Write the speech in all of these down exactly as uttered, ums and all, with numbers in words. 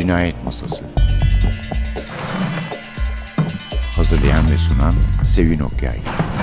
Cinayet Masası. Hazırlayan ve sunan Sevin Okyay.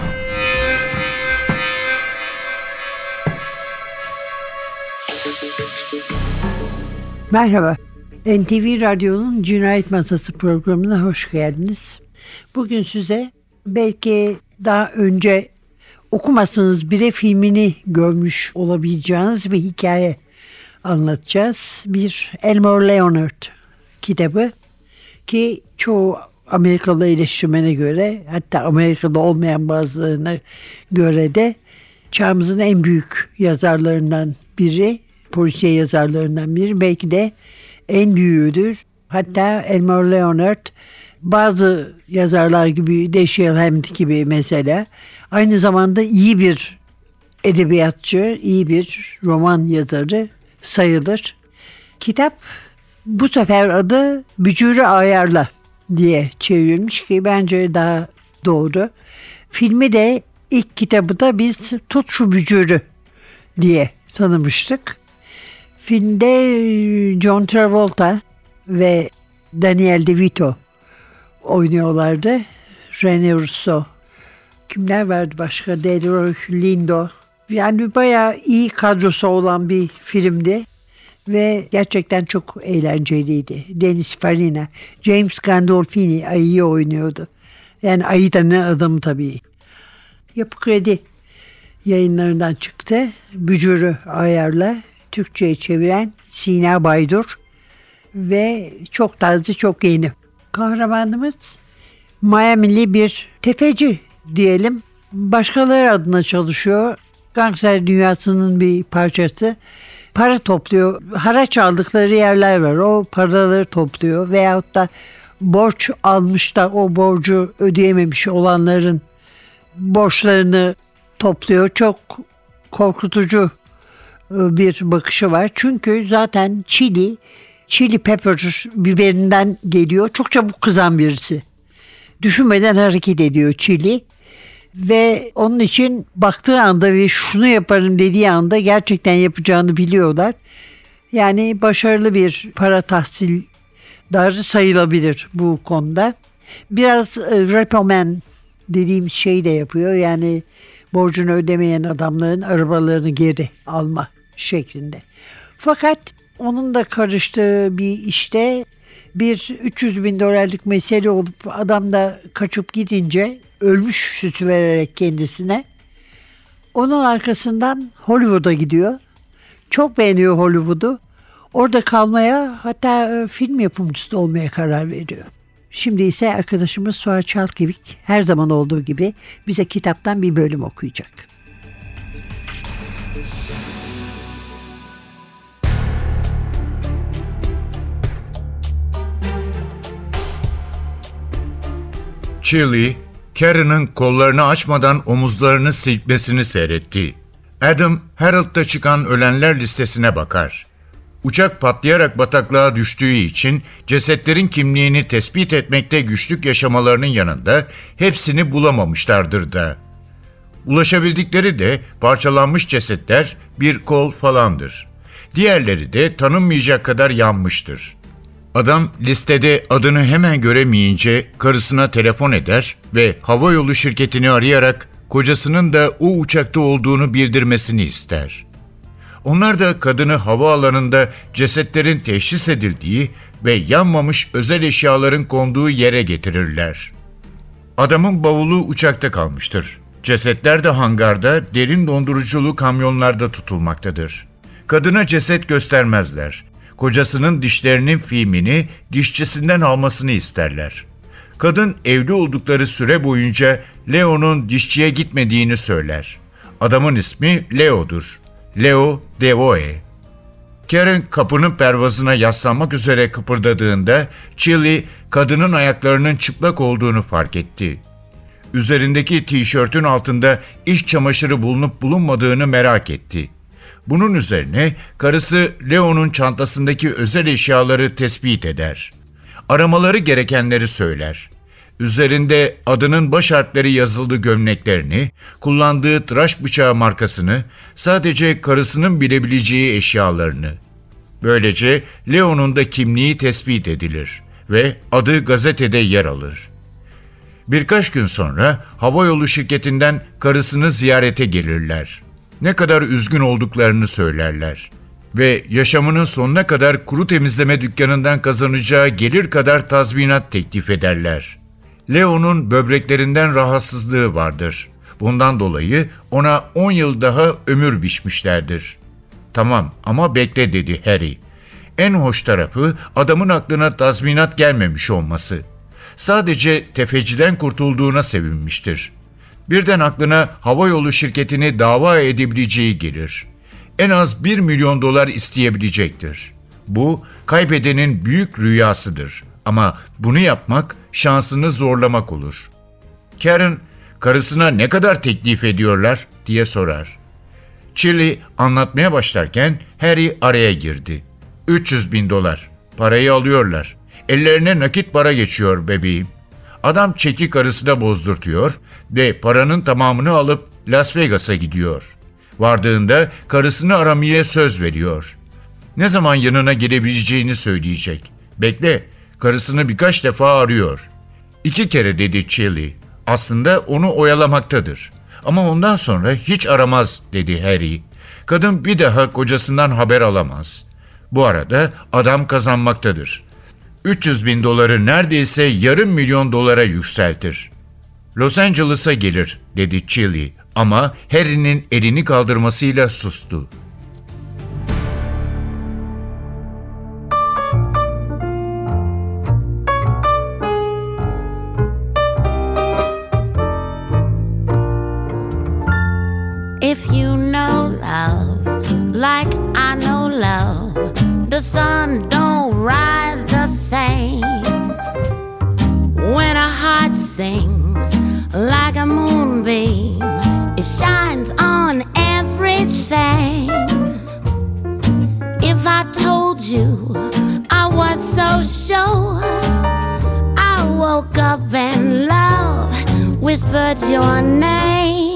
Merhaba, N T V Radyo'nun Cinayet Masası programına hoş geldiniz. Bugün size belki daha önce okumasanız bile filmini görmüş olabileceğiniz bir hikaye anlatacağız. Bir Elmore Leonard kitabı ki çoğu Amerikalı eleştirmene göre, hatta Amerika'da olmayan bazılarına göre de çağımızın en büyük yazarlarından biri, polisiye yazarlarından biri, belki de en büyüğüdür. Hatta Elmore Leonard bazı yazarlar gibi, Dashiell Hammett gibi mesela aynı zamanda iyi bir edebiyatçı, iyi bir roman yazarı sayılır. Kitap bu sefer adı Bücürü Ayarla diye çevrilmiş ki bence daha doğru. Filmi de ilk kitabı da biz Tut Şu Bücürü diye tanımıştık. Filmde John Travolta ve Daniel DeVito oynuyorlardı. Rene Russo. Kimler vardı başka? Delroy Lindo. Yani bayağı iyi kadrosu olan bir filmdi. Ve gerçekten çok eğlenceliydi. Dennis Farina, James Gandolfini ayıyı oynuyordu. Yani ayı denen adamı tabii. Yapı Kredi yayınlarından çıktı. Bücürü Ayarla. Türkçe'ye çeviren Sina Baydur. Ve çok taze, çok yeni. Kahramanımız Miami'li bir tefeci diyelim. Başkaları adına çalışıyor. Gangster dünyasının bir parçası. Para topluyor. Haraç aldıkları yerler var. O paraları topluyor. Veyahut da borç almış da o borcu ödeyememiş olanların borçlarını topluyor. Çok korkutucu bir bakışı var. Çünkü zaten chili, chili pepper biberinden geliyor. Çok çabuk kızan birisi. Düşünmeden hareket ediyor chili. Ve onun için baktığı anda ve şunu yaparım dediği anda gerçekten yapacağını biliyorlar. Yani başarılı bir para tahsildarı sayılabilir bu konuda. Biraz repo man dediğim şeyi de yapıyor. Yani borcunu ödemeyen adamların arabalarını geri alma şeklinde. Fakat onun da karıştığı bir işte bir üç yüz bin dolarlık mesele olup adam da kaçıp gidince ölmüş sütü vererek kendisine. Onun arkasından Hollywood'a gidiyor. Çok beğeniyor Hollywood'u. Orada kalmaya, hatta film yapımcısı olmaya karar veriyor. Şimdi ise arkadaşımız Suat Çalkevik her zaman olduğu gibi bize kitaptan bir bölüm okuyacak. Chili, Karen'ın kollarını açmadan omuzlarını silkmesini seyretti. Adam, Herald'da çıkan ölenler listesine bakar. Uçak patlayarak bataklığa düştüğü için cesetlerin kimliğini tespit etmekte güçlük yaşamalarının yanında hepsini bulamamışlardır da. Ulaşabildikleri de parçalanmış cesetler, bir kol falandır. Diğerleri de tanınmayacak kadar yanmıştır. Adam listede adını hemen göremeyince karısına telefon eder ve havayolu şirketini arayarak kocasının da o uçakta olduğunu bildirmesini ister. Onlar da kadını havaalanında cesetlerin teşhis edildiği ve yanmamış özel eşyaların konduğu yere getirirler. Adamın bavulu uçakta kalmıştır. Cesetler de hangarda derin donduruculu kamyonlarda tutulmaktadır. Kadına ceset göstermezler. Kocasının dişlerinin filmini dişçisinden almasını isterler. Kadın evli oldukları süre boyunca Leo'nun dişçiye gitmediğini söyler. Adamın ismi Leo'dur. Leo Devoe. Karen kapının pervazına yaslanmak üzere kıpırdadığında Chili kadının ayaklarının çıplak olduğunu fark etti. Üzerindeki tişörtün altında iç çamaşırı bulunup bulunmadığını merak etti. Bunun üzerine karısı Leo'nun çantasındaki özel eşyaları tespit eder. Aramaları gerekenleri söyler. Üzerinde adının baş harfleri yazılı gömleklerini, kullandığı tıraş bıçağı markasını, sadece karısının bilebileceği eşyalarını. Böylece Leo'nun da kimliği tespit edilir ve adı gazetede yer alır. Birkaç gün sonra havayolu şirketinden karısını ziyarete gelirler. Ne kadar üzgün olduklarını söylerler ve yaşamının sonuna kadar kuru temizleme dükkanından kazanacağı gelir kadar tazminat teklif ederler. Leo'nun böbreklerinden rahatsızlığı vardır. Bundan dolayı ona on yıl daha ömür biçmişlerdir. Tamam ama bekle dedi Harry. En hoş tarafı adamın aklına tazminat gelmemiş olması. Sadece tefeciden kurtulduğuna sevinmiştir. Birden aklına havayolu şirketini dava edebileceği gelir. En az bir milyon dolar isteyebilecektir. Bu kaybedenin büyük rüyasıdır. Ama bunu yapmak şansını zorlamak olur. Karen, karısına ne kadar teklif ediyorlar diye sorar. Chili anlatmaya başlarken Harry araya girdi. üç yüz bin dolar. Parayı alıyorlar. Ellerine nakit para geçiyor bebeğim. Adam çeki karısına bozdurtuyor ve paranın tamamını alıp Las Vegas'a gidiyor. Vardığında karısını aramaya söz veriyor. Ne zaman yanına gelebileceğini söyleyecek. Bekle, karısını birkaç defa arıyor. İki kere dedi Chili. Aslında onu oyalamaktadır. Ama ondan sonra hiç aramaz dedi Harry. Kadın bir daha kocasından haber alamaz. Bu arada adam kazanmaktadır. üç yüz bin doları neredeyse yarım milyon dolara yükseltir. Los Angeles'a gelir dedi Chili ama Harry'nin elini kaldırmasıyla sustu. If you know love like I know love, the sun don't rise the same. When a heart sings like a moonbeam, it shines on everything. If I told you I was so sure, I woke up and love whispered your name.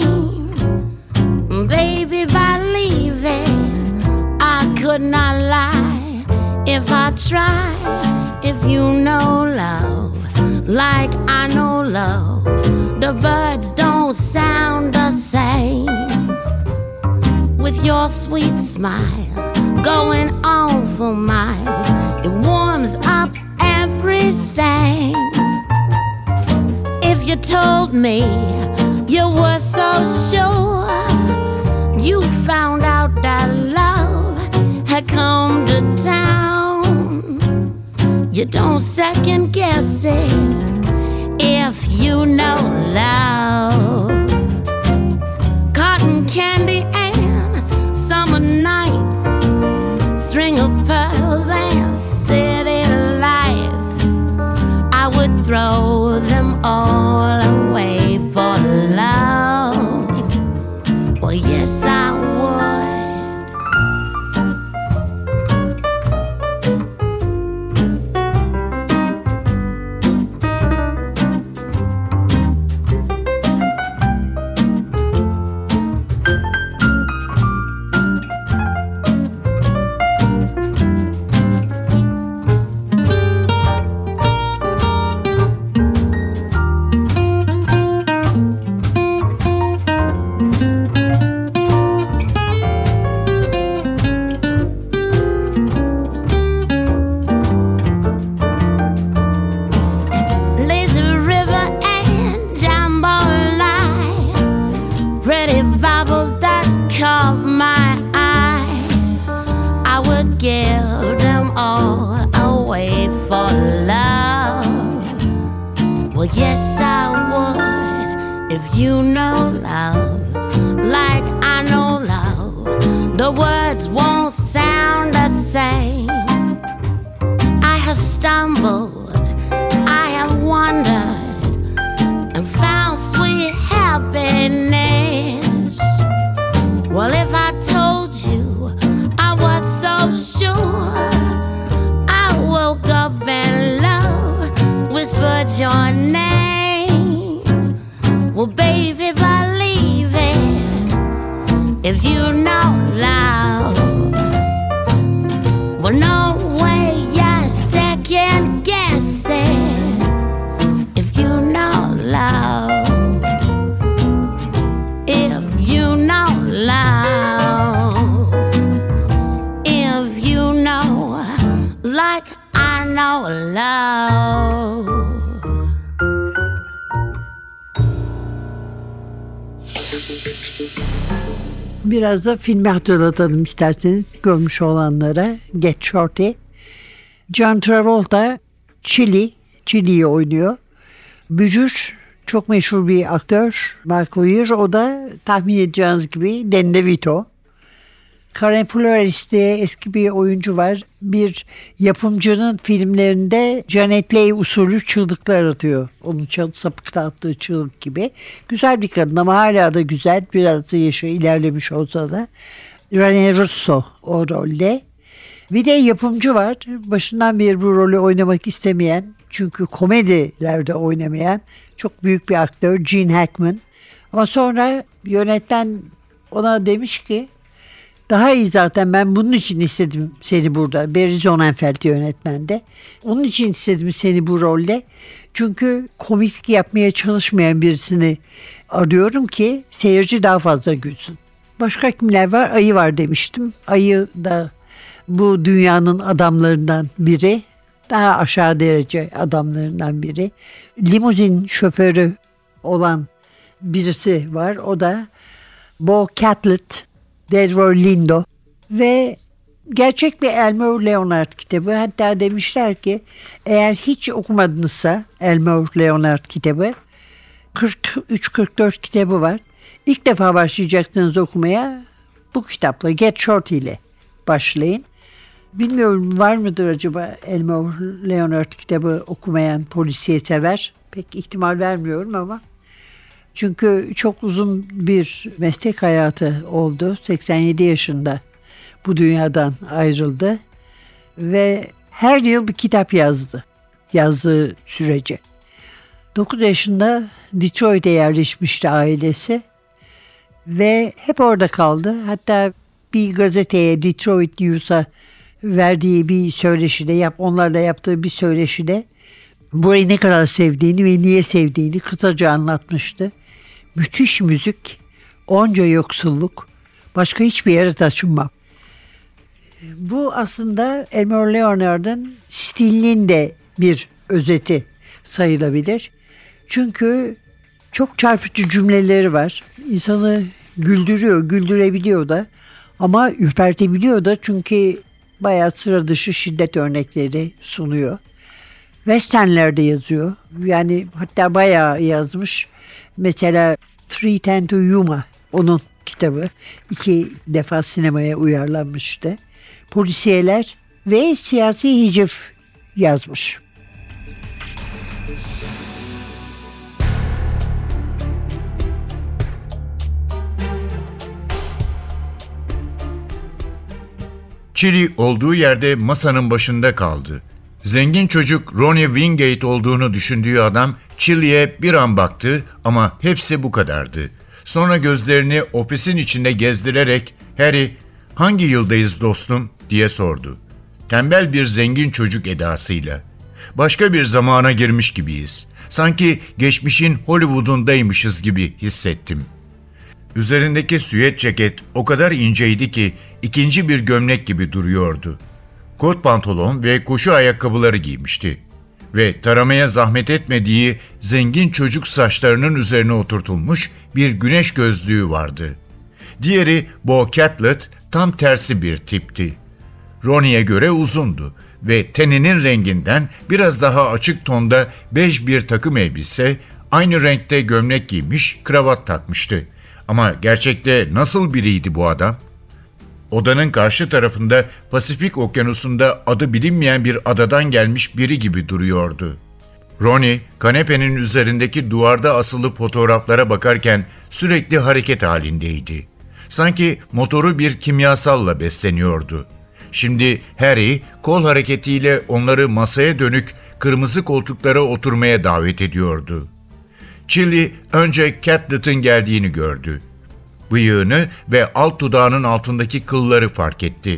Baby, believe it, I could not lie. If I tried, if you know love like I know love, the birds don't sound the same. With your sweet smile going on for miles, it warms up everything. If you told me you were so sure, you found out that love had come to town, you don't second guess it if you know love. Cotton candy and summer nights, string of pearls and city lights, I would throw them all away for love. Well, yes, I would. Pretty bubbles that caught my eye, I would give them all away for love. Well, yes, I would. If you know love like I know love, the words won't sound the same. I have stumbled, I have wandered, and found sweet happiness. Well, if I told you I was so sure, I woke up and love whispered your name. Well, baby, believe it, if you know love. Well, no way you're second guessing if you know love. If you know love. If you know like I know love. Biraz da filmi hatırlatalım isterseniz görmüş olanlara. Get Shorty. John Travolta Chili, Chili'yi oynuyor. Bücür, çok meşhur bir aktör. Mark Weir, o da tahmin edeceğiniz gibi Danny DeVito. Karen Flores diye eski bir oyuncu var. Bir yapımcının filmlerinde Janet Leigh usulü çığlıklar atıyor. Onun çığlık, sapıkta attığı çığlık gibi. Güzel bir kadın ama hala da güzel. Biraz da yaşı ilerlemiş olsa da. Rene Russo o rolde. Bir de yapımcı var. Başından beri bu rolü oynamak istemeyen, çünkü komedilerde oynamayan çok büyük bir aktör Gene Hackman. Ama sonra yönetmen ona demiş ki, daha iyi zaten, ben bunun için istedim seni burada. Barry Sonnenfeld yönetmende. Onun için istedim seni bu rolde. Çünkü komik yapmaya çalışmayan birisini arıyorum ki seyirci daha fazla gülsün. Başka kimler var? Ayı var demiştim. Ayı da bu dünyanın adamlarından biri. Daha aşağı derece adamlarından biri. Limuzin şoförü olan birisi var. O da Bo Catlett, Delroy Lindo ve gerçek bir Elmore Leonard kitabı. Hatta demişler ki eğer hiç okumadınızsa Elmore Leonard kitabı, kırk üç kırk dört kitabı var. İlk defa başlayacaksınız okumaya, bu kitapla Get Shorty ile başlayın. Bilmiyorum, var mıdır acaba Elmore Leonard kitabı okumayan polisiye sever? Pek ihtimal vermiyorum ama. Çünkü çok uzun bir meslek hayatı oldu. seksen yedi yaşında bu dünyadan ayrıldı. Ve her yıl bir kitap yazdı. Yazdığı sürece. dokuz yaşında Detroit'e yerleşmişti ailesi. Ve hep orada kaldı. Hatta bir gazeteye, Detroit News'a verdiği bir söyleşide, yap, onlarla yaptığı bir söyleşide burayı ne kadar sevdiğini ve niye sevdiğini kısaca anlatmıştı. Müthiş müzik, onca yoksulluk, başka hiçbir yere taşınmam. Bu aslında Elmore Leonard'ın stilinin de bir özeti sayılabilir. Çünkü çok çarpıcı cümleleri var. İnsanı güldürüyor, güldürebiliyor da ama ürpertebiliyor da, çünkü bayağı sıra dışı şiddet örnekleri sunuyor. Westernlerde yazıyor. Yani hatta bayağı yazmış. Mesela Three Ten to Yuma onun kitabı. İki defa sinemaya uyarlanmıştı. Polisiyeler ve siyasi hicif yazmış. Chili olduğu yerde masanın başında kaldı. Zengin çocuk Ronnie Wingate olduğunu düşündüğü adam Chili'ye bir an baktı ama hepsi bu kadardı. Sonra gözlerini ofisin içinde gezdirerek "Harry, hangi yıldayız dostum?" diye sordu. Tembel bir zengin çocuk edasıyla. "Başka bir zamana girmiş gibiyiz. Sanki geçmişin Hollywood'undaymışız gibi hissettim." Üzerindeki süet ceket o kadar inceydi ki ikinci bir gömlek gibi duruyordu. Kot pantolon ve koşu ayakkabıları giymişti ve taramaya zahmet etmediği zengin çocuk saçlarının üzerine oturtulmuş bir güneş gözlüğü vardı. Diğeri Bo Catlett tam tersi bir tipti. Ronnie'ye göre uzundu ve teninin renginden biraz daha açık tonda bej bir takım elbise, aynı renkte gömlek giymiş, kravat takmıştı. Ama gerçekte nasıl biriydi bu adam? Odanın karşı tarafında Pasifik Okyanusu'nda adı bilinmeyen bir adadan gelmiş biri gibi duruyordu. Ronnie, kanepenin üzerindeki duvarda asılı fotoğraflara bakarken sürekli hareket halindeydi. Sanki motoru bir kimyasalla besleniyordu. Şimdi Harry, kol hareketiyle onları masaya dönük kırmızı koltuklara oturmaya davet ediyordu. Chili önce Catlett'ın geldiğini gördü. Bıyığını ve alt dudağının altındaki kılları fark etti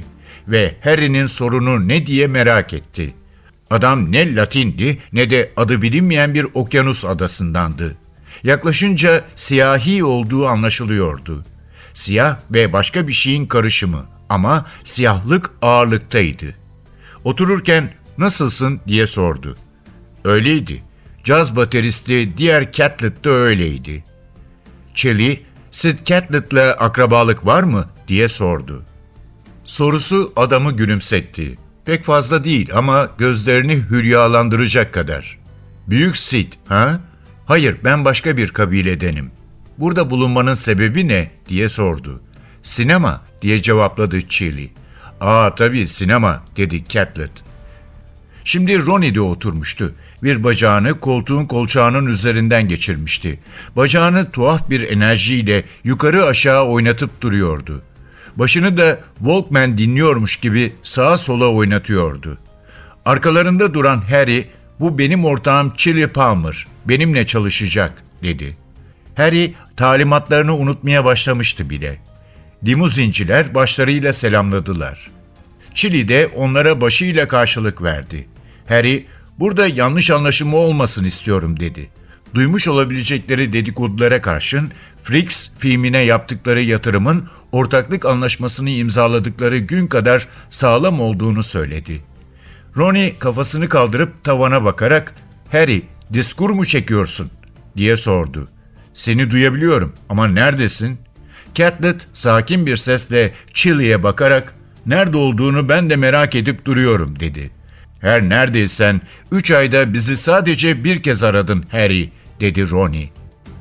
ve Harry'nin sorunu ne diye merak etti. Adam ne Latindi ne de adı bilinmeyen bir okyanus adasındandı. Yaklaşınca siyahi olduğu anlaşılıyordu. Siyah ve başka bir şeyin karışımı ama siyahlık ağırlıktaydı. Otururken "Nasılsın?" diye sordu. Öyleydi. Caz bateristi diğer Catlett de öyleydi. Chili, "Sid Catlett'le akrabalık var mı?" diye sordu. Sorusu adamı gülümsetti. Pek fazla değil ama gözlerini hülyalandıracak kadar. "Büyük Sid, ha?" "Hayır, ben başka bir kabiledenim." "Burada bulunmanın sebebi ne?" diye sordu. "Sinema," diye cevapladı Chili. "Aa tabii sinema," dedi Catlett. Şimdi Ronnie de oturmuştu. Bir bacağını koltuğun kolçağının üzerinden geçirmişti. Bacağını tuhaf bir enerjiyle yukarı aşağı oynatıp duruyordu. Başını da Walkman dinliyormuş gibi sağa sola oynatıyordu. Arkalarında duran Harry, "Bu benim ortağım Chili Palmer, benimle çalışacak," dedi. Harry talimatlarını unutmaya başlamıştı bile. Limuzinciler başlarıyla selamladılar. Chili de onlara başıyla karşılık verdi. Harry, "Burada yanlış anlaşılma olmasın istiyorum," dedi. Duymuş olabilecekleri dedikodulara karşın Freaks filmine yaptıkları yatırımın ortaklık anlaşmasını imzaladıkları gün kadar sağlam olduğunu söyledi. Ronnie kafasını kaldırıp tavana bakarak, "Harry, diskur mu çekiyorsun?" diye sordu. "Seni duyabiliyorum ama neredesin?" Catlett sakin bir sesle Chili'ye bakarak, "Nerede olduğunu ben de merak edip duruyorum," dedi. "Her neredeysen üç ayda bizi sadece bir kez aradın Harry," dedi Ronnie.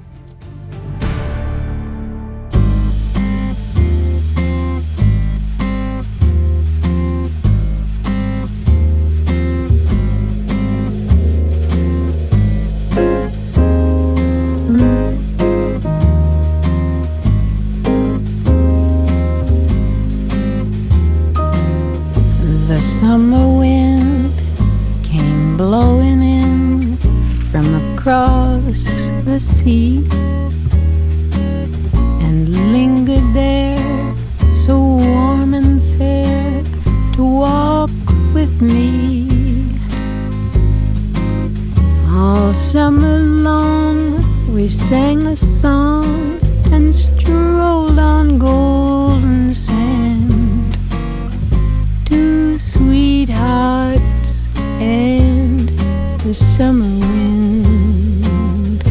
The summer wind came blowing in from across the sea and lingered there so warm and fair to walk with me. All summer long we sang a song and strolled on golden sand, two sweethearts and the summer wind.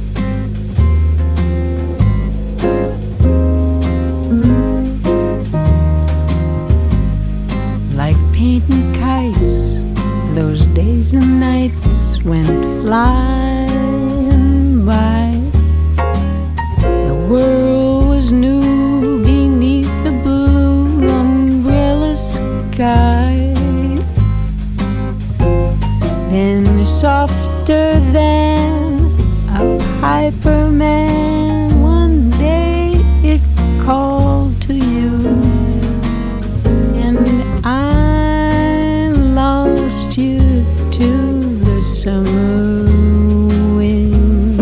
Like painting kites, those days and nights went flying by. The world was new beneath the blue umbrella sky. Then softer than a piper man, one day it called to you, and I lost you to the summer wind.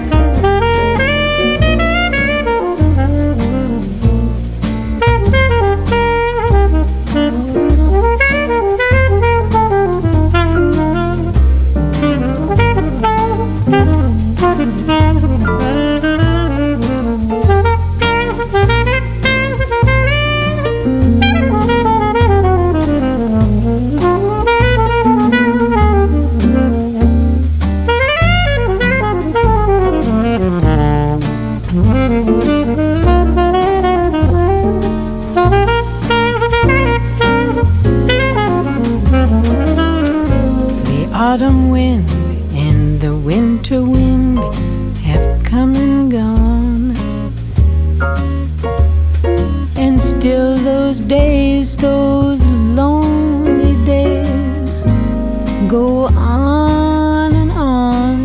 Autumn wind and the winter wind have come and gone, and still those days, those lonely days go on and on.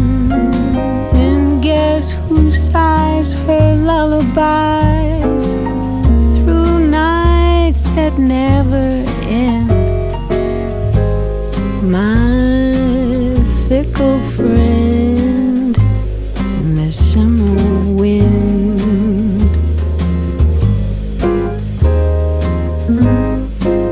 And guess who sighs her lullabies through nights that never end? My fickle friend, the summer wind.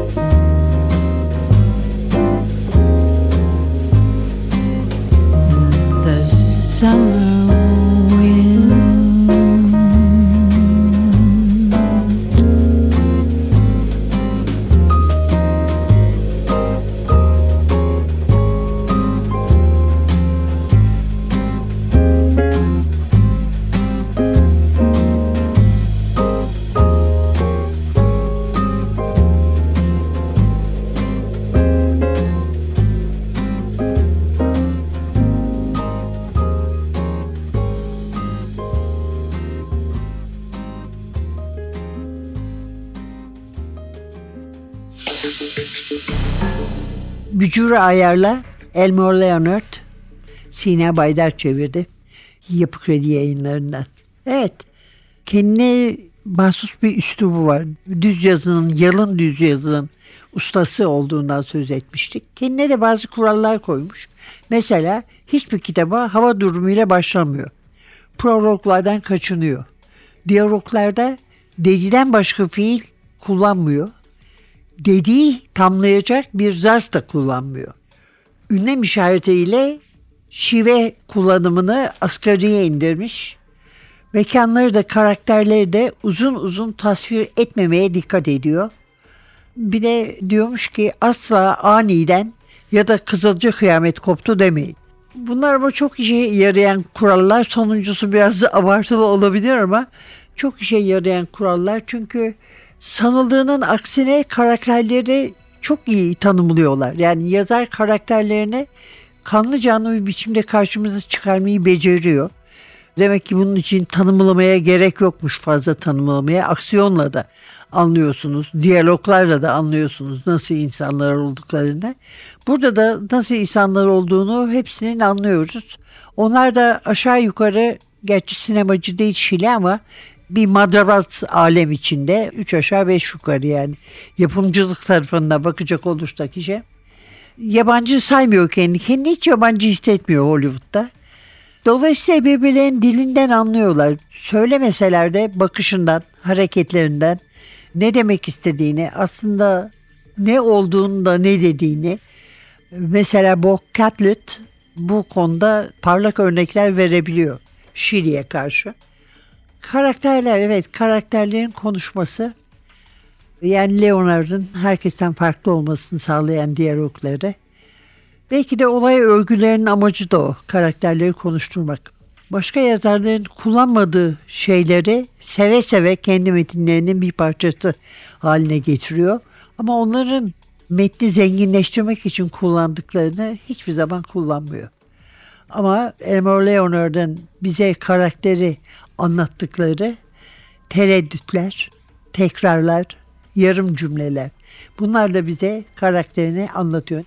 Bücürü Ayarla Elmore Leonard, Sina Baydar çevirdi. Yapı Kredi Yayınlarından. Evet, kendine mahsus bir üslubu var. Düz yazının, yalın düz yazının ustası olduğundan söz etmiştik. Kendine de bazı kurallar koymuş. Mesela hiçbir kitaba hava durumuyla başlamıyor. Prologlardan kaçınıyor. Diyaloglarda dediden başka fiil kullanmıyor. Dediği tamlayacak bir zarf da kullanmıyor. Ünlem işaretiyle şive kullanımını asgariye indirmiş. Mekanları da karakterleri de uzun uzun tasvir etmemeye dikkat ediyor. Bir de diyormuş ki asla aniden ya da kızılca kıyamet koptu demeyin. Bunlar ama çok işe yarayan kurallar. Sonuncusu biraz da abartılı olabilir ama çok işe yarayan kurallar. Çünkü sanıldığının aksine karakterleri çok iyi tanımlıyorlar. Yani yazar karakterlerini kanlı canlı bir biçimde karşımıza çıkarmayı beceriyor. Demek ki bunun için tanımlamaya gerek yokmuş, fazla tanımlamaya. Aksiyonla da anlıyorsunuz, diyaloglarla da anlıyorsunuz nasıl insanlar olduklarını. Burada da nasıl insanlar olduğunu hepsinin anlıyoruz. Onlar da aşağı yukarı, gerçi sinemacı değil Şile ama bir madras alem içinde. Üç aşağı beş yukarı yani. Yapımcılık tarafına bakacak olursak işe. Yabancı saymıyor kendini. Kendini hiç yabancı hissetmiyor Hollywood'da. Dolayısıyla birbirlerinin dilinden anlıyorlar. Söylemeseler de bakışından, hareketlerinden ne demek istediğini, aslında ne olduğunu da ne dediğini. Mesela Bo Catlett bu konuda parlak örnekler verebiliyor Şili'ye karşı. Karakterler, evet, karakterlerin konuşması, yani Leonard'ın herkesten farklı olmasını sağlayan diyalogları. Belki de olay örgülerinin amacı da o, karakterleri konuşturmak. Başka yazarların kullanmadığı şeyleri seve seve kendi metinlerinin bir parçası haline getiriyor. Ama onların metni zenginleştirmek için kullandıklarını hiçbir zaman kullanmıyor. Ama Elmore Leonard'ın bize karakteri anlattıkları tereddütler, tekrarlar, yarım cümleler. Bunlar da bize karakterini anlatıyor.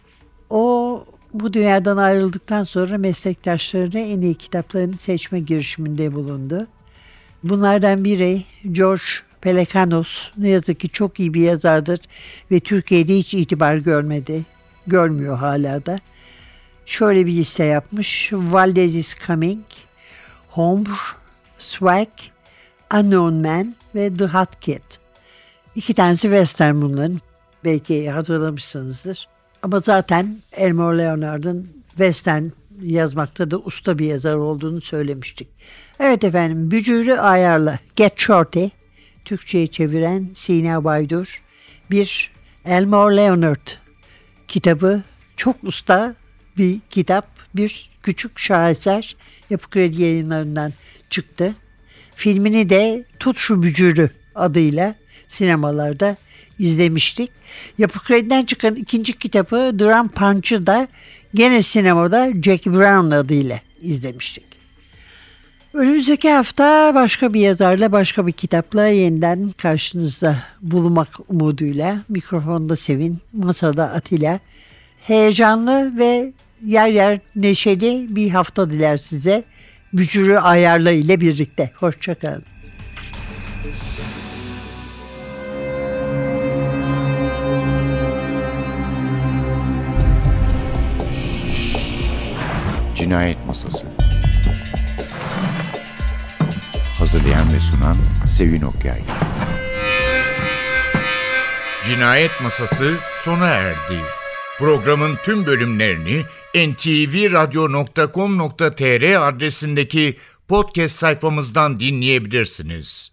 O bu dünyadan ayrıldıktan sonra meslektaşlarına en iyi kitaplarını seçme girişiminde bulundu. Bunlardan biri George Pelecanos. Ne yazık ki çok iyi bir yazardır ve Türkiye'de hiç itibar görmedi. Görmüyor hala da. Şöyle bir liste yapmış. Valdez is Coming, Home, Swag, Unknown Man ve The Hot Kid. İki tanesi western bunların. Belki hatırlamışsınızdır. Ama zaten Elmore Leonard'ın western yazmakta da usta bir yazar olduğunu söylemiştik. Evet efendim, Bücürü Ayarla, Get Shorty, Türkçe'ye çeviren Sina Baydur. Bir Elmore Leonard kitabı, çok usta bir kitap, bir küçük şaheser, Yapı Kredi Yayınlarından çıktı. Filmini de Tut Şu Bücürü adıyla sinemalarda izlemiştik. Yapı Kredi'den çıkan ikinci kitabı Drum Punch'ı da gene sinemada Jack Brown adıyla izlemiştik. Önümüzdeki hafta başka bir yazarla, başka bir kitapla yeniden karşınızda bulunmak umuduyla. Mikrofonda Sevin, masada Atilla. Heyecanlı ve yer yer neşeli bir hafta diler size. Bücürü Ayarla ile birlikte. Hoşça kalın. Cinayet Masası. Hazırlayan ve sunan Sevin Okyay. Cinayet Masası sona erdi. Programın tüm bölümlerini en te ve radyo nokta com nokta te er adresindeki podcast sayfamızdan dinleyebilirsiniz.